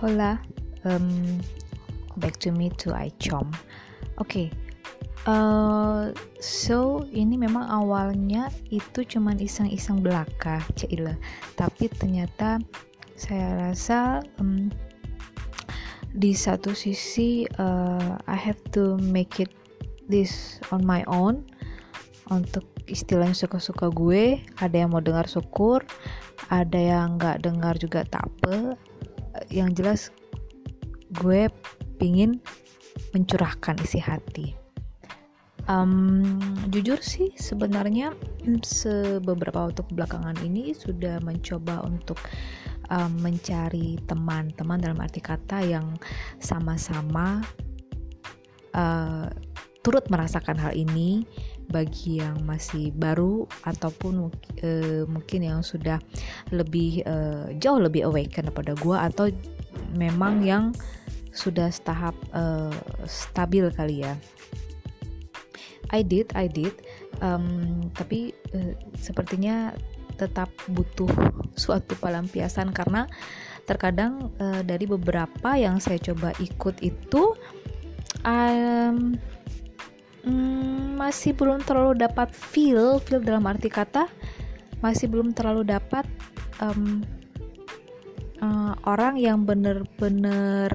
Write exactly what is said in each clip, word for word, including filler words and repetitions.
Hola, um, back to me to iChom. Oke, okay. uh, so ini memang awalnya itu cuman iseng-iseng belaka, cile. Tapi ternyata saya rasa um, di satu sisi uh, I have to make it this on my own. Untuk istilahnya suka-suka gue, ada yang mau dengar syukur, ada yang nggak dengar juga tak apa. Yang jelas gue pingin mencurahkan isi hati. Um, jujur sih sebenarnya beberapa waktu belakangan ini sudah mencoba untuk um, mencari teman-teman dalam arti kata yang sama-sama uh, turut merasakan hal ini, bagi yang masih baru ataupun uh, mungkin yang sudah lebih uh, jauh lebih awaken daripada gue, atau memang yang sudah tahap uh, stabil kali ya. I did, I did, um, tapi uh, sepertinya tetap butuh suatu pelampiasan karena terkadang uh, dari beberapa yang saya coba ikut itu um, Hmm, masih belum terlalu dapat feel feel dalam arti kata masih belum terlalu dapat um, uh, orang yang benar-benar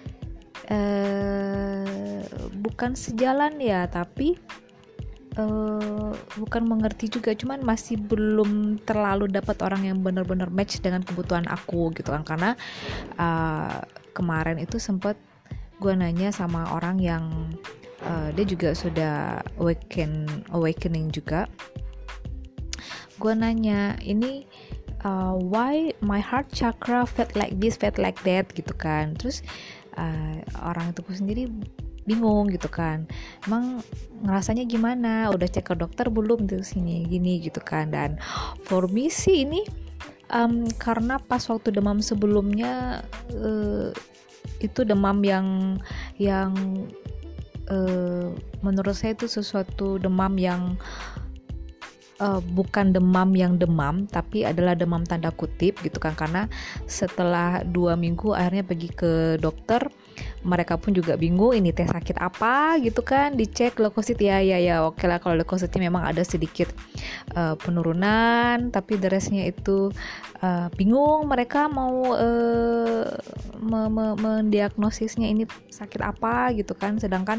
uh, bukan sejalan ya, tapi uh, bukan mengerti juga, cuman masih belum terlalu dapat orang yang benar-benar match dengan kebutuhan aku gitu kan. Karena uh, kemarin itu sempat gue nanya sama orang yang Uh, dia juga sudah awaken, awakening juga. Gue nanya, ini uh, why my heart chakra felt like this, felt like that gitu kan. Terus uh, orang itu sendiri bingung gitu kan. Emang ngerasanya gimana? Udah cek ke dokter belum? Terus sini gini gitu kan. Dan for me sih ini um, karena pas waktu demam sebelumnya uh, itu demam yang yang Uh, menurut saya itu sesuatu demam yang uh, bukan demam yang demam, tapi adalah demam tanda kutip gitu kan. Karena setelah dua minggu akhirnya pergi ke dokter, mereka pun juga bingung ini teh sakit apa gitu kan. Dicek leukosit, ya ya ya oke lah, kalau leukositnya memang ada sedikit uh, penurunan, tapi the restnya itu uh, bingung mereka mau uh, me- me- mendiagnosisnya ini sakit apa gitu kan. Sedangkan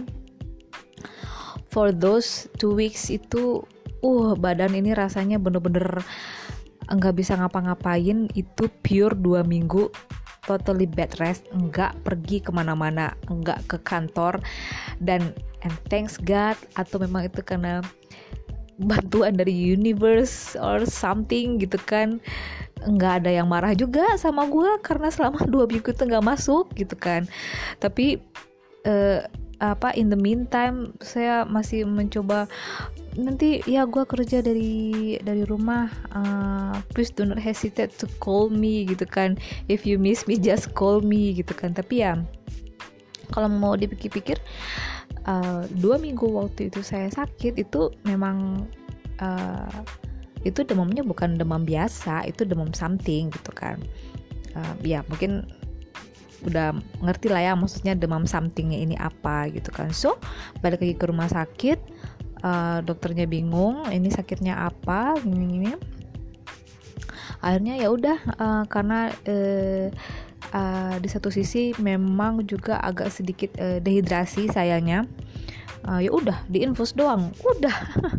for those two weeks itu uh badan ini rasanya bener-bener nggak bisa ngapa-ngapain. Itu pure dua minggu totally bed rest, nggak pergi kemana-mana, nggak ke kantor. Dan and thanks God, atau memang itu karena bantuan dari universe or something gitu kan, nggak ada yang marah juga sama gue karena selama dua minggu itu nggak masuk gitu kan. Tapi uh, apa in the meantime saya masih mencoba, nanti ya gue kerja dari dari rumah, uh, please do not hesitate to call me gitu kan, if you miss me just call me gitu kan. Tapi ya kalau mau dipikir-pikir, uh, dua minggu waktu itu saya sakit itu memang uh, itu demamnya bukan demam biasa, itu demam something gitu kan. Uh, ya mungkin udah ngerti lah ya maksudnya demam somethingnya ini apa gitu kan. So balik lagi ke rumah sakit, uh, dokternya bingung ini sakitnya apa gini-gini. Akhirnya ya udah, uh, karena uh, uh, di satu sisi memang juga agak sedikit uh, dehidrasi sayangnya, uh, ya udah diinfus doang udah.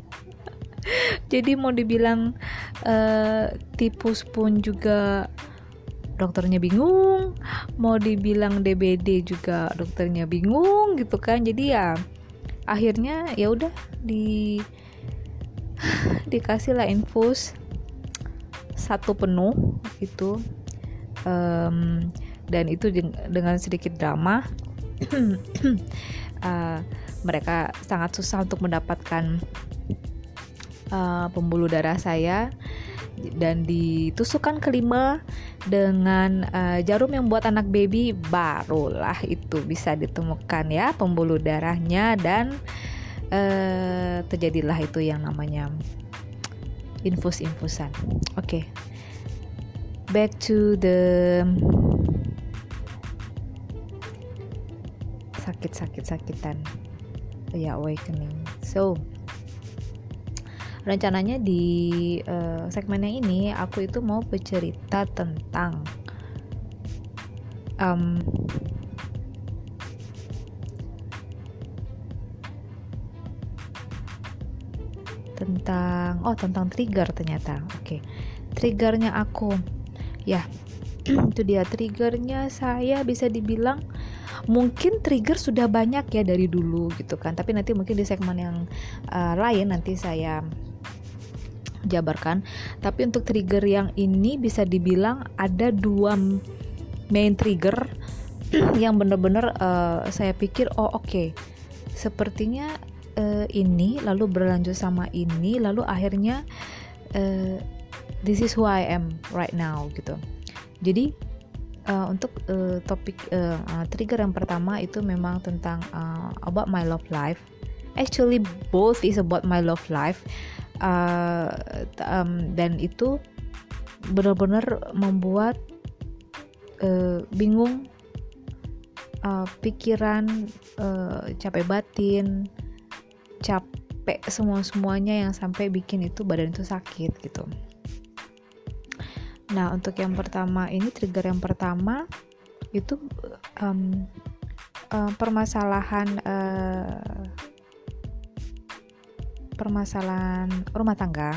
Jadi mau dibilang uh, tipus pun juga dokternya bingung, mau dibilang D B D juga dokternya bingung gitu kan. Jadi ya akhirnya ya udah di dikasih lah infus satu penuh itu, um, dan itu dengan sedikit drama. uh, mereka sangat susah untuk mendapatkan uh, pembuluh darah saya, dan ditusukkan kelima dengan uh, jarum yang buat anak baby, barulah itu bisa ditemukan ya pembuluh darahnya. Dan uh, terjadilah itu yang namanya infus-infusan. Oke, okay. Back to the sakit-sakit-sakitan ya awakening. So rencananya di uh, segmen yang ini aku itu mau bercerita tentang um, tentang oh tentang trigger ternyata. Oke, okay. Triggernya aku ya itu dia triggernya. Saya bisa dibilang mungkin trigger sudah banyak ya dari dulu gitu kan, tapi nanti mungkin di segmen yang uh, lain nanti saya jabarkan. Tapi untuk trigger yang ini bisa dibilang ada dua main trigger yang benar-benar uh, saya pikir oh oke okay, sepertinya uh, ini lalu berlanjut sama ini lalu akhirnya uh, this is who I am right now gitu. Jadi uh, untuk uh, topik uh, uh, trigger yang pertama itu memang tentang uh, about my love life. Actually both is about my love life. Uh, um, dan itu benar-benar membuat uh, bingung, uh, pikiran, uh, capek batin, capek semua-semuanya yang sampai bikin itu badan itu sakit gitu. Nah untuk yang pertama ini trigger yang pertama itu um, uh, permasalahan uh, permasalahan rumah tangga.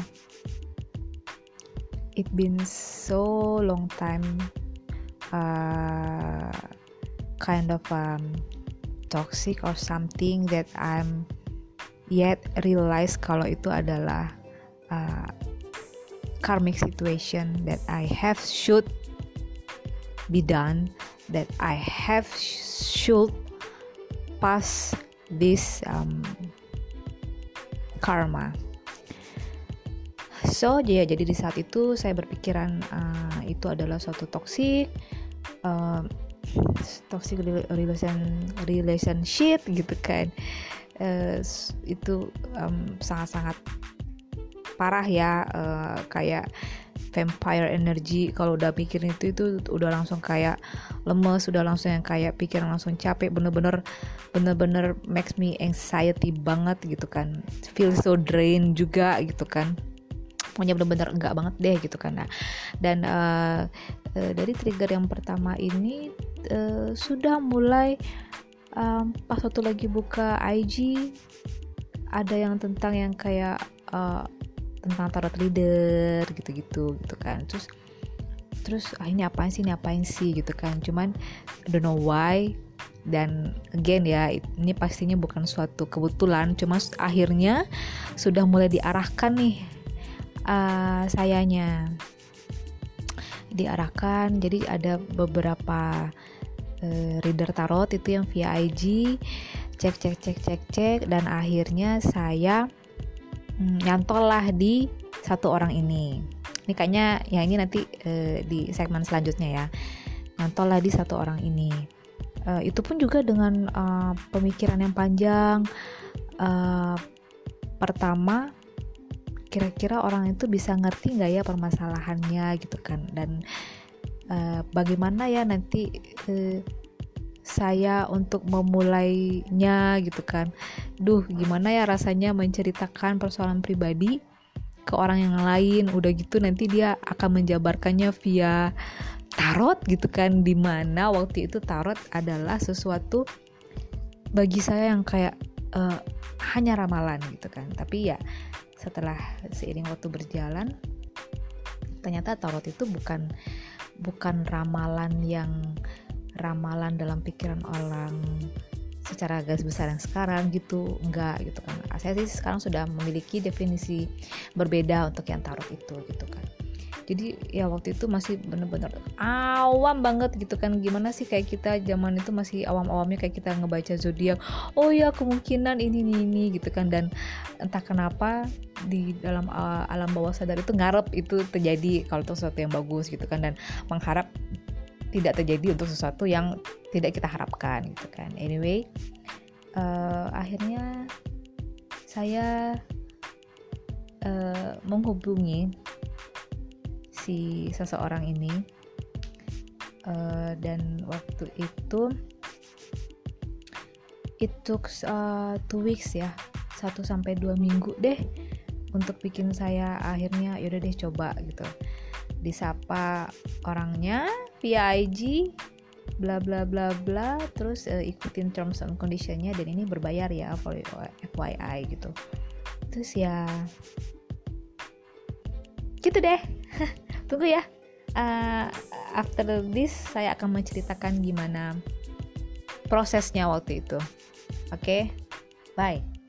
It been so long time uh, kind of um, toxic or something that I'm yet realize kalau itu adalah uh, karmic situation that I have should be done, that I have should pass this um, karma. So ya jadi di saat itu saya berpikiran uh, itu adalah suatu toxic uh, toxic relation relationship gitu kan. Uh, itu um, sangat-sangat parah ya, uh, kayak vampire energy. Kalau udah mikirin itu itu udah langsung kayak lemes, udah langsung yang kayak pikiran langsung capek, bener-bener bener-bener makes me anxiety banget gitu kan, feel so drained juga gitu kan, pokoknya bener-bener enggak banget deh gitu kan. Nah, dan uh, uh, dari trigger yang pertama ini uh, sudah mulai um, pas waktu lagi buka I G ada yang tentang yang kayak uh, tentang tarot reader gitu-gitu gitu kan. Terus terus ah ini apaan sih ini apain sih gitu kan. Cuman I don't know why, dan again ya ini pastinya bukan suatu kebetulan, cuma akhirnya sudah mulai diarahkan nih uh, sayanya diarahkan. Jadi ada beberapa uh, reader tarot itu yang via I G cek cek cek cek cek dan akhirnya saya nyantol lah di satu orang ini. Ini kayaknya ya ini nanti e, di segmen selanjutnya ya. Nyantol lah di satu orang ini. E, itu pun juga dengan e, pemikiran yang panjang. E, pertama, kira-kira orang itu bisa ngerti nggak ya permasalahannya gitu kan? Dan e, bagaimana ya nanti e, saya untuk memulainya gitu kan. Duh, gimana ya rasanya menceritakan persoalan pribadi ke orang yang lain. Udah gitu nanti dia akan menjabarkannya via tarot gitu kan, dimana waktu itu tarot adalah sesuatu bagi saya yang kayak uh, hanya ramalan gitu kan. Tapi ya setelah seiring waktu berjalan ternyata tarot itu bukan bukan ramalan yang ramalan dalam pikiran orang secara garis besar yang sekarang gitu, enggak gitu kan. Saya sih sekarang sudah memiliki definisi berbeda untuk yang tarot itu gitu kan. Jadi ya waktu itu masih benar-benar awam banget gitu kan. Gimana sih kayak kita zaman itu masih awam-awamnya kayak kita ngebaca zodiak. Oh ya kemungkinan ini ini ini gitu kan. Dan entah kenapa di dalam uh, alam bawah sadar itu ngarep itu terjadi kalau itu sesuatu yang bagus gitu kan, dan mengharap tidak terjadi untuk sesuatu yang tidak kita harapkan gitu kan. Anyway, uh, akhirnya saya uh, menghubungi si seseorang ini uh, dan waktu itu it took uh, two weeks ya, satu sampai dua minggu deh untuk bikin saya akhirnya yaudah deh coba gitu, disapa orangnya via I G bla bla bla bla, terus uh, ikutin terms and conditionnya, dan ini berbayar ya for F Y I gitu. Terus ya gitu deh. Tunggu ya, uh, after this saya akan menceritakan gimana prosesnya waktu itu. Oke, okay? Bye.